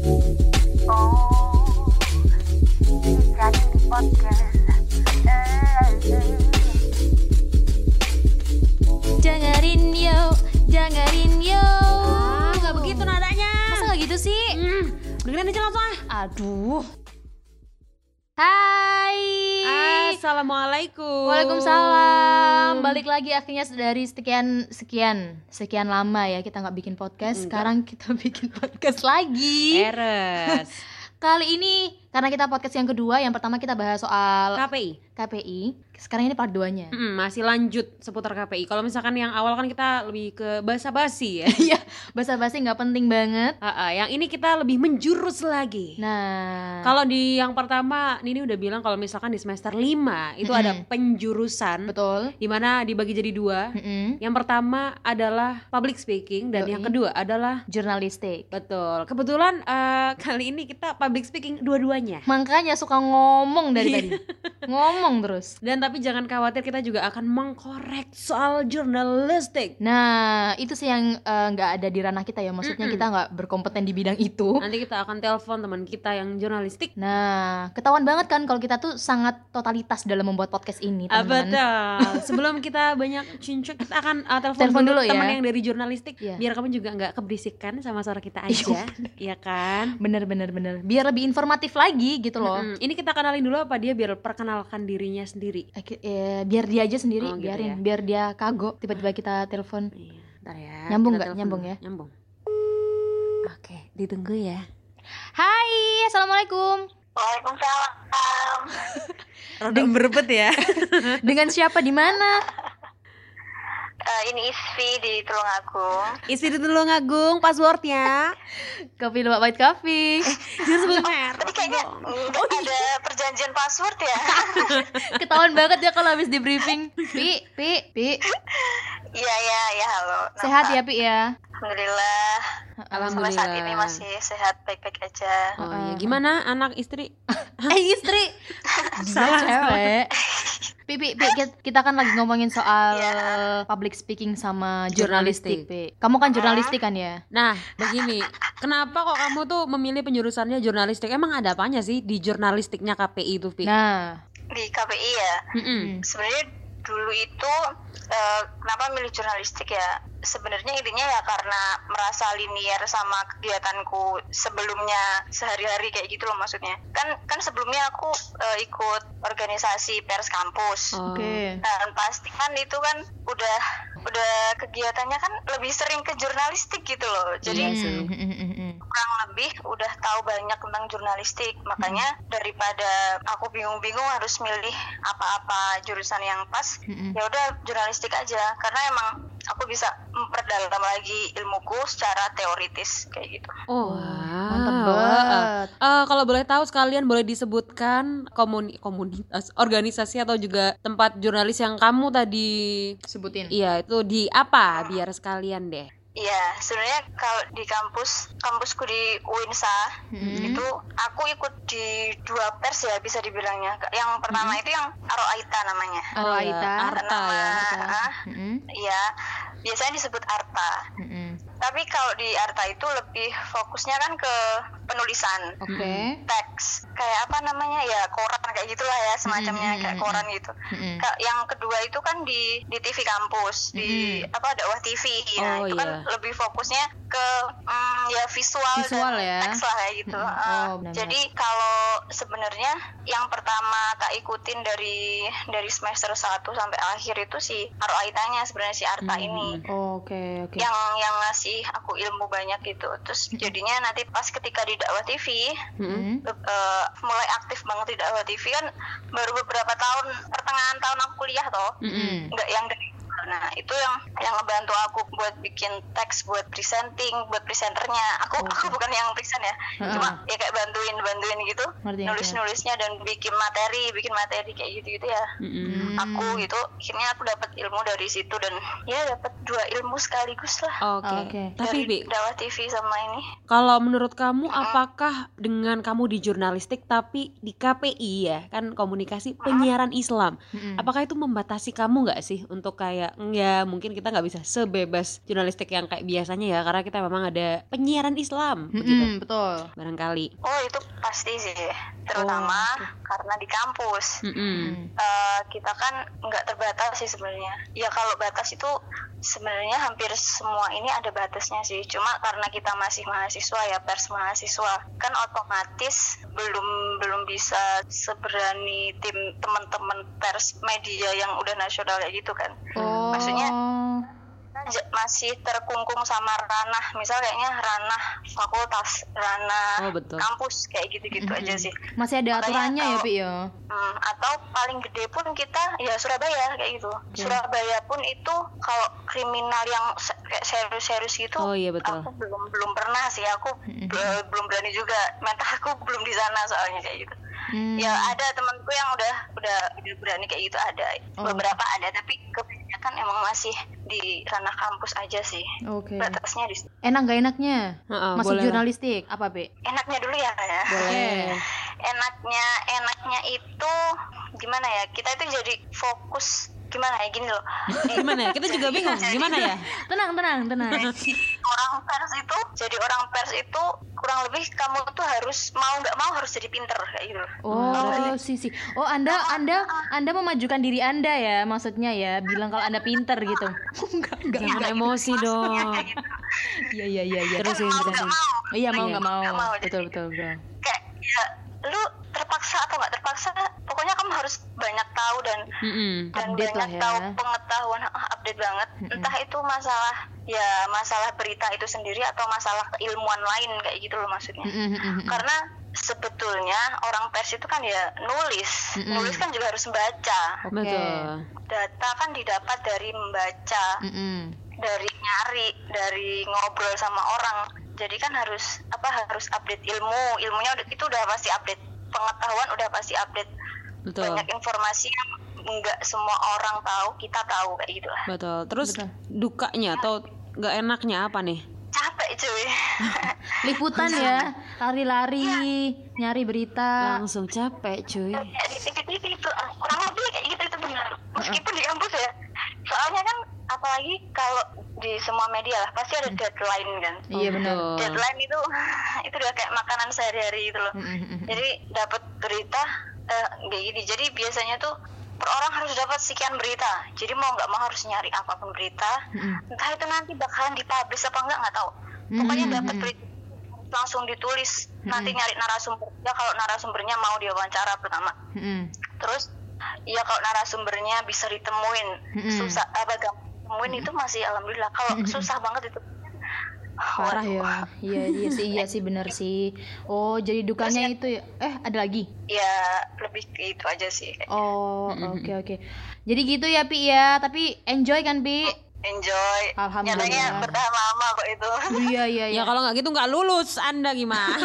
Oh, jadi di podcast. Dengerin yo. Gak begitu nadanya. Masa gak gitu sih? Dengerin aja langsung ah. Aduh. Hai. Assalamualaikum. Waalaikumsalam. Balik lagi akhirnya dari sekian lama ya kita nggak bikin podcast. Sekarang kita bikin podcast lagi. Eres. Kali ini karena kita podcast yang kedua, yang pertama kita bahas soal KPI. Sekarang ini part 2-nya. Masih lanjut seputar KPI. Kalau misalkan yang awal kan kita lebih ke basa-basi ya. Iya, basa-basi nggak penting banget. Yang ini kita lebih menjurus lagi. Nah, Kalau di yang pertama Nini udah bilang kalau misalkan di semester 5 itu ada penjurusan. betul. Dimana dibagi jadi 2. Yang pertama adalah public speaking dan yang kedua adalah Jurnalistik. betul. Kebetulan kali ini kita public speaking dua-duanya. Makanya suka ngomong dari tadi. Ngomong terus. Dan tapi jangan khawatir, kita juga akan mengkorek soal jurnalistik. Nah, itu sih yang nggak ada di ranah kita ya. Maksudnya kita nggak berkompeten di bidang itu. Nanti kita akan telepon teman kita yang jurnalistik. Nah, ketahuan banget kan kalau kita tuh sangat totalitas dalam membuat podcast ini, teman-teman. Betul. Sebelum kita banyak cincok, kita akan Telepon dulu ya. teman yang dari jurnalistik. Iya. Biar kamu juga nggak keberisikan sama suara kita aja. Iya kan? Bener. Biar lebih informatif lagi gitu loh. Ini kita kenalin dulu apa dia biar perkenalkan dirinya sendiri. Biar dia aja sendiri, Oh, gitu biarin. ya. Biar dia kagok tiba-tiba kita telepon. Iya, ntar ya. Nyambung kita nggak? telepon. Nyambung ya? Nyambung. Oke, ditunggu ya. Hai, assalamualaikum. Waalaikumsalam. Rodong berebet ya. Dengan siapa di mana? Ini Isfi di Tulungagung. Isi di Tulungagung, passwordnya. Kopi Luwak White Coffee. Jangan sebut merek. Tapi kayaknya nggak ada perjanjian password ya. Ketahuan banget ya kalau habis di briefing. Pi. Iya, halo. Sehat ya, Pi ya? Alhamdulillah. Sampai saat ini Alhamdulillah. masih sehat, baik-baik aja. Oh iya, gimana anak istri? Istri. Dia cewek. Pi, kita kan lagi ngomongin soal public speaking sama jurnalistik, Pi. Kamu kan jurnalistik kan ya? Nah, begini, kenapa kok kamu tuh memilih penjurusannya jurnalistik? Emang ada apanya sih di jurnalistiknya KPI itu, Pi? Nah, Di KPI ya. Sebenarnya dulu itu kenapa milih jurnalistik ya? Sebenarnya intinya ya karena merasa linear sama kegiatanku sebelumnya sehari-hari kayak gitu loh, maksudnya. Kan sebelumnya aku ikut organisasi pers kampus. oke. Dan pasti kan itu kan udah kegiatannya kan lebih sering ke jurnalistik gitu loh. Jadi Iya sih. kurang lebih udah tahu banyak tentang jurnalistik. Makanya daripada aku bingung-bingung harus milih apa-apa jurusan yang pas, ya udah jurnalistik aja karena emang aku bisa memperdalam lagi ilmuku secara teoritis kayak gitu. Oh, mantep banget. Kalau boleh tahu sekalian boleh disebutkan komunitas, organisasi atau juga tempat jurnalis yang kamu tadi Sebutin. iya itu di apa biar sekalian deh. Iya, sebenarnya kalau di kampusku di UINSA itu aku ikut di 2 pers ya bisa dibilangnya. Yang pertama itu yang Aroaita namanya. Aroaita. Arta ya. Iya, biasanya disebut Arta. Tapi kalau di Arta itu lebih fokusnya kan ke penulisan. Oke. Teks kayak apa namanya ya, koran kayak gitulah ya, semacamnya kayak koran gitu. Yang kedua itu kan di TV kampus, di dakwah TV. Nah, Oh, itu kan iya. lebih fokusnya ke ya visual Visual dan ya. teks lah kayak gitu. benar-benar. Jadi kalau sebenarnya yang pertama tak ikutin dari semester 1 sampai akhir itu si Aroaitanya sebenarnya, si Arta ini. Oke. Yang ngasih aku ilmu banyak gitu. Terus jadinya nanti pas ketika di dakwah TV mulai aktif banget di dakwah TV kan baru beberapa tahun, pertengahan tahun aku kuliah toh. Enggak yang dari Nah, itu yang ngebantu aku buat bikin teks, buat presenting, buat presenternya. Aku bukan yang present ya. Cuma ya kayak bantuin gitu. Nulis-nulisnya dan bikin materi kayak gitu-gitu ya. Aku gitu, akhirnya aku dapat ilmu dari situ dan ya dapat 2 ilmu sekaligus lah. Oke. Tapi Dari Bi, dakwah TV sama ini. kalau menurut kamu apakah dengan kamu di jurnalistik tapi di KPI ya, kan komunikasi penyiaran Islam, apakah itu membatasi kamu nggak sih untuk kayak kayak ya mungkin kita nggak bisa sebebas jurnalistik yang kayak biasanya ya, karena kita memang ada penyiaran Islam begitu. Betul. Barangkali. Oh itu pasti sih, terutama karena di kampus. Kita kan nggak terbatas sih sebenarnya. Ya kalau batas itu sebenarnya hampir semua ini ada batasnya sih. Cuma karena kita masih mahasiswa ya, pers mahasiswa, kan otomatis belum bisa seberani teman-teman pers media yang udah nasional kayak gitu kan. Maksudnya masih terkungkung sama ranah, misal kayaknya ranah fakultas, ranah kampus kayak gitu-gitu aja sih. Masih ada aturannya ya, Pi ya. Atau paling gede pun kita ya Surabaya kayak gitu. Surabaya pun itu kalau kriminal yang kayak serius-serius gitu, aku belum pernah sih, aku belum berani juga. Mental aku belum di sana soalnya kayak gitu. Ya ada temanku yang udah berani kayak gitu, ada beberapa ada, tapi kebanyakan emang masih di ranah kampus aja sih. Batasnya di situ. Enak gak enaknya masuk jurnalistik apa, Be? Enaknya dulu ya. Boleh. Enaknya itu gimana ya, kita itu jadi fokus gimana ya, gini loh. Gimana ya? Kita juga bingung gimana ya. Tenang. Jadi orang pers itu kurang lebih kamu tuh harus mau nggak mau harus jadi pinter kayak gitu. Sisi. Anda memajukan diri Anda ya, maksudnya ya, bilang kalau Anda pinter gitu. Enggak. Jangan emosi dong. Iya. Terusin. Iya, mau nggak mau. Betul. Kayak ya lu terpaksa atau nggak terpaksa, pokoknya kamu harus banyak tahu dan update banyak tahu pengetahuan, update banget. Entah itu masalah berita itu sendiri atau masalah keilmuan lain kayak gitu loh maksudnya. Karena sebetulnya orang pers itu kan ya nulis kan juga harus membaca. Betul. Data kan didapat dari membaca, dari nyari, dari ngobrol sama orang. Jadi kan harus update ilmunya itu udah pasti update, pengetahuan udah pasti update. Betul. Banyak informasi yang nggak semua orang tahu, kita tahu kayak gitulah. Betul. Terus dukanya atau nggak enaknya apa nih? Capek cuy. Liputan ya, lari-lari, nyari berita. Langsung capek cuy. Di TV itu kurang lebih kayak gitu, itu benar. Meskipun di kampus ya. Soalnya kan apalagi kalau di semua media lah pasti ada deadline kan. Iya benar. Deadline itu udah kayak makanan sehari-hari gitu loh. Jadi dapat berita kayak gini. Jadi biasanya tuh per orang harus dapat sekian berita. Jadi mau nggak mau harus nyari apapun berita. Entah itu nanti bakalan dipublish apa nggak tahu. Pokoknya dapat berita langsung ditulis. Nanti nyari narasumbernya, kalau narasumbernya mau diwawancara pertama. Terus ya kalau narasumbernya bisa ditemuin, susah gampang ditemuin itu masih alhamdulillah. Kalau susah banget itu parah ya. Iya sih benar sih. Oh, jadi dukanya itu ya. Ada lagi? Ya, lebih ke itu aja sih. Oke. Jadi gitu ya, Pi ya. Tapi enjoy kan, Pi? Enjoy. Alhamdulillah. Nyatanya bertahan lama kok itu. Iya. Ya kalau nggak gitu nggak lulus Anda gimana?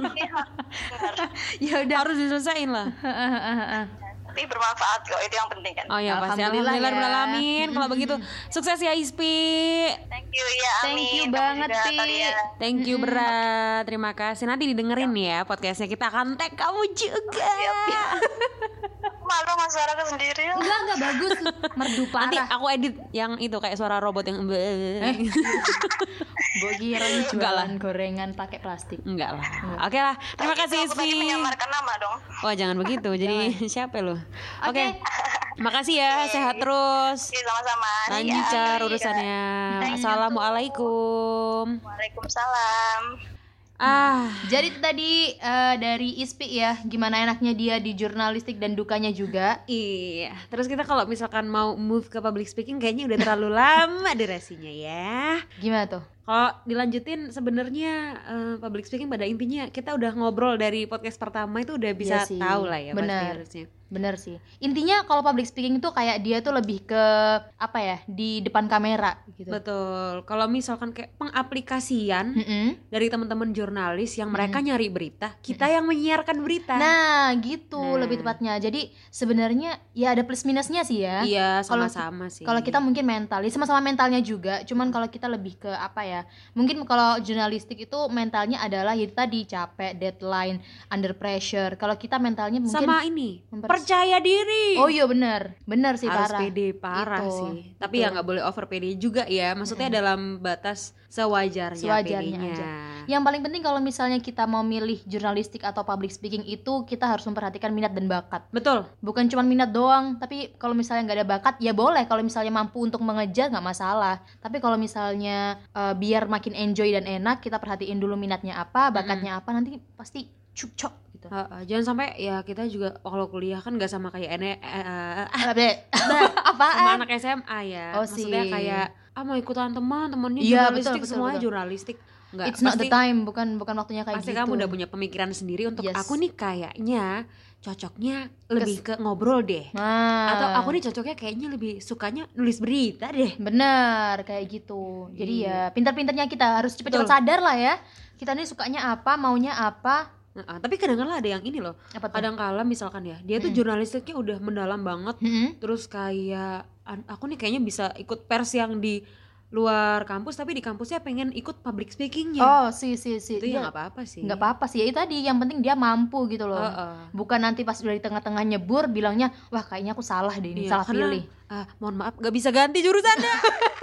Ya udah, harus diselesain lah. Tapi bermanfaat kok, itu yang penting kan. Oh ya pasti, Alhamdulillah alhamdulillah. Kalau begitu sukses ya Ispi. Thank you ya, Amin. Thank you banget, Pi. Thank you berat. Terima kasih. Nanti didengerin ya podcastnya, kita akan tag kamu juga. Malu sama suara aku sendiri. Enggak bagus. Merdu Nanti parah. aku edit yang itu kayak suara robot yang Gue kira jualan gorengan pakai plastik. Enggak lah. Oke lah. Terima kasih Aku tadi Ispi. menyamarkan nama dong. Wah jangan begitu. Jadi siapa lu? Oke. Makasih ya. Sehat terus. Oke, sama-sama. Lanjut Ya, Car Amin. urusannya. Assalamualaikum. Waalaikumsalam. Jadi itu tadi dari Ispi ya, gimana enaknya dia di jurnalistik dan dukanya juga. Iya. Terus kita kalau misalkan mau move ke public speaking kayaknya udah terlalu lama durasinya ya. Gimana tuh? Kalau dilanjutin sebenarnya public speaking pada intinya kita udah ngobrol dari podcast pertama itu udah bisa tahu lah ya. Bener. Harusnya. Bener sih. Intinya kalau public speaking itu kayak dia tuh lebih ke apa ya, di depan kamera gitu. Betul. Kalau misalkan kayak pengaplikasian dari teman-teman jurnalis yang mereka nyari berita, kita yang menyiarkan berita. Nah, gitu lebih tepatnya. Jadi sebenarnya ya ada plus minusnya sih ya. Iya, sama-sama sih. Kalau kita mungkin mental, ya sama-sama mentalnya juga. Cuman kalau kita lebih ke apa ya? ya. Mungkin kalau jurnalistik itu mentalnya adalah itu tadi, capek, deadline, under pressure. Kalau kita mentalnya mungkin sama ini percaya diri. Oh iya benar sih, harus parah. pede parah Itu, sih. Tapi ya nggak boleh over pede juga ya. Maksudnya dalam batas sewajarnya pedenya aja. Yang paling penting kalau misalnya kita mau milih jurnalistik atau public speaking itu kita harus memperhatikan minat dan bakat. Betul. Bukan cuma minat doang, tapi kalau misalnya nggak ada bakat ya boleh, kalau misalnya mampu untuk mengejar nggak masalah. Tapi kalau misalnya biar makin enjoy dan enak, kita perhatiin dulu minatnya apa, bakatnya apa, nanti pasti cocok gitu. Jangan sampai ya kita juga kalau kuliah kan nggak sama kayak apaan? sama anak SMA ya. Oh, maksudnya sih. kayak mau ikutan temannya Iya, jurnalistik, betul, semuanya betul. jurnalistik. Nggak, It's not the time, bukan waktunya kayak pasti gitu. kamu udah punya pemikiran sendiri untuk Yes. aku nih kayaknya cocoknya lebih ke ngobrol deh. Nah, Atau aku nih cocoknya kayaknya lebih sukanya nulis berita deh. bener kayak gitu. Jadi Iya. ya pintar-pintarnya kita harus cepet-cepet Betul. sadar lah ya. Kita nih sukanya apa, maunya apa. Tapi kadang-kadang ada yang ini loh. Apa tuh? Kadang-kala misalkan ya, dia tuh jurnalistiknya udah mendalam banget. Terus kayak aku nih kayaknya bisa ikut pers yang di luar kampus, tapi di kampusnya pengen ikut public speakingnya. Oh, sih. Itu ya nggak apa-apa sih. Nggak apa-apa sih. Ya itu tadi, yang penting dia mampu gitu loh. Bukan nanti pas udah di tengah-tengah nyebur bilangnya, wah kayaknya aku salah deh ini, Iya, salah karena, pilih. mohon maaf, nggak bisa ganti jurusannya.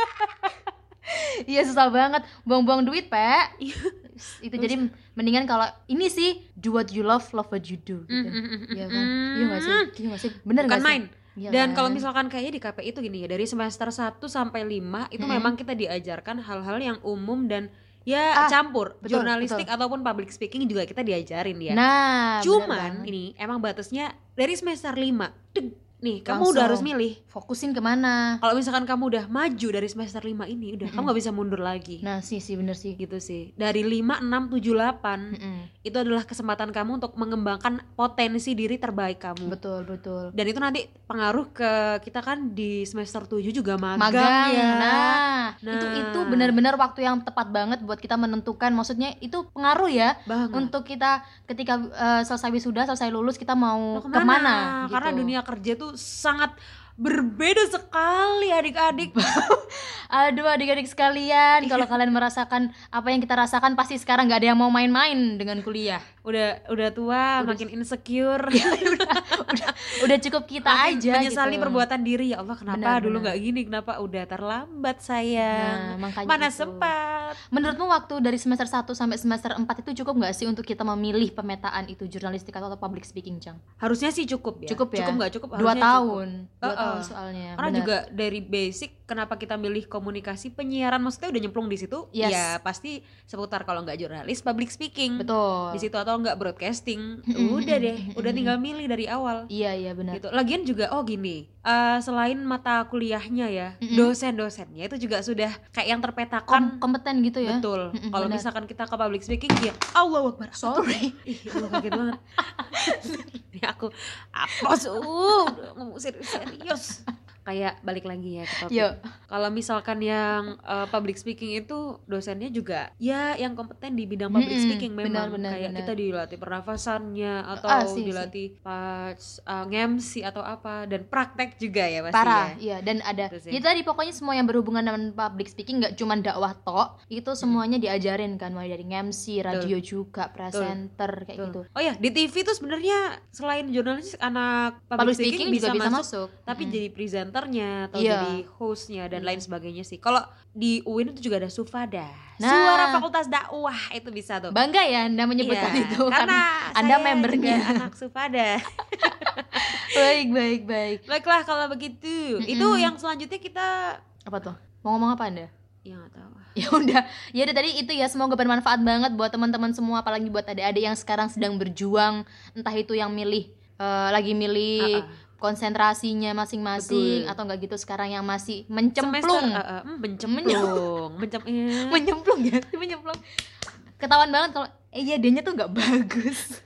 Iya, susah banget, buang-buang duit, Pak. Iya. Itu jadi mendingan kalau ini sih, do what you love what you do gitu. Iya kan? Iya nggak sih? Iya nggak sih? Bener nggak Bukan sih? main. Iya Dan kan? kalau misalkan kayaknya di KPI itu gini ya, dari semester 1 sampai 5 itu memang kita diajarkan hal-hal yang umum dan ya campur. betul, Jurnalistik ataupun public speaking juga kita diajarin ya. Nah, bener Cuman banget. ini emang batasnya dari semester 5. Nih, kamu Langsung udah harus milih. fokusin kemana. Kalau misalkan kamu udah maju dari semester 5 ini, udah kamu gak bisa mundur lagi. Nah, sih bener sih. Gitu sih. Dari 5, 6, 7, 8 itu adalah kesempatan kamu untuk mengembangkan potensi diri terbaik kamu. Betul. Dan itu nanti pengaruh ke kita kan di semester 7 juga magang ya. Nah, itu benar-benar waktu yang tepat banget buat kita menentukan. Maksudnya itu pengaruh ya Banget. untuk kita ketika selesai wisuda, selesai lulus, kita mau Mau kemana gitu. Karena dunia kerja tuh sangat berbeda sekali adik-adik. Aduh adik-adik sekalian, kalau kalian merasakan apa yang kita rasakan, pasti sekarang nggak ada yang mau main-main dengan kuliah. Udah tua, makin insecure. Udah cukup kita Makin aja menyesali gitu. perbuatan diri. Ya Allah, kenapa Benar, dulu benar. nggak gini? Kenapa udah terlambat sayang? Nah, makanya Mana itu. sempat? Menurutmu waktu dari semester 1 sampai semester 4 itu cukup nggak sih untuk kita memilih pemetaan itu jurnalistik atau public speaking, Cang? Harusnya sih cukup ya. Cukup ya? Cukup nggak cukup? 2 Harusnya tahun. cukup. 2 tahun soalnya. Karena benar. juga dari basic kenapa kita milih komunikasi penyiaran, maksudnya udah nyemplung di situ. Yes. Ya pasti seputar kalau nggak jurnalis public speaking. Betul. Di situ atau nggak broadcasting. Udah deh, udah tinggal milih dari awal. Iya benar. Gitu. Lagian juga gini, selain mata kuliahnya ya, dosen-dosennya itu juga sudah kayak yang terpetakan. Kompeten gitu ya. Betul. Kalau benar. misalkan kita ke public speaking ya Allahu Akbar. Sorry. Ih, aku kaget banget. Ini aku apa sih? Ngomong serius. Kayak balik lagi ya ke topik. Yuk. Kalau misalkan yang public speaking itu dosennya juga ya yang kompeten di bidang public speaking memang. Benar, Kayak benar. kita dilatih pernafasannya atau Sih. dilatih pas nge-MC atau apa, dan praktek juga ya pasti Parah, ya. iya, dan ada Itu sih. itu tadi pokoknya semua yang berhubungan dengan public speaking, nggak cuma dakwah tok, itu semuanya diajarin kan, mulai dari MC, radio juga, presenter kayak gitu. Oh ya, di TV tuh sebenarnya selain jurnalis, anak public speaking juga bisa masuk. masuk. Tapi jadi presenternya atau Iya. jadi hostnya dan lain sebagainya sih. Kalau di UIN itu juga ada Sufada, Nah. suara fakultas dakwah, itu bisa tuh. Bangga ya Anda menyebutkan Iya, itu karena Anda saya membernya. juga anak Sufada. baik. Baiklah kalau begitu. Itu yang selanjutnya kita Apa tuh? Mau ngomong apa Anda? ya nggak tahu. Ya udah tadi itu ya, semoga bermanfaat banget buat teman-teman semua, apalagi buat adik-adik yang sekarang sedang berjuang, entah itu yang lagi milih konsentrasinya masing-masing. Betul. Atau enggak gitu sekarang yang masih mencemplung. Menyemplung ya, menyemplung. Ketahuan banget kalau dianya tuh nggak bagus.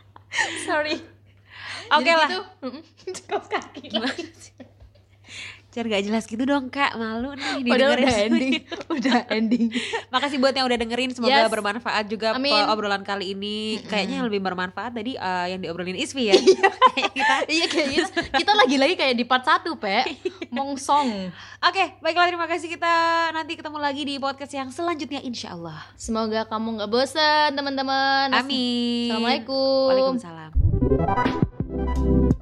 Sorry. Oke Jadi lah. gitu, kaos kaki. Cer gak jelas gitu dong Kak, malu nih Padahal didengerin udah semuanya. ending. Udah ending. Makasih buat yang udah dengerin, semoga Yes. bermanfaat juga Amin. obrolan kali ini. Kayaknya yang lebih bermanfaat tadi yang diobrolin Isfi ya. Iya kayaknya kita lagi-lagi kayak di part 1 Pe. Mongsong. Oke, baiklah, terima kasih, kita nanti ketemu lagi di podcast yang selanjutnya insya Allah. Semoga kamu gak bosan teman-teman. Amin. Assalamualaikum. Waalaikumsalam.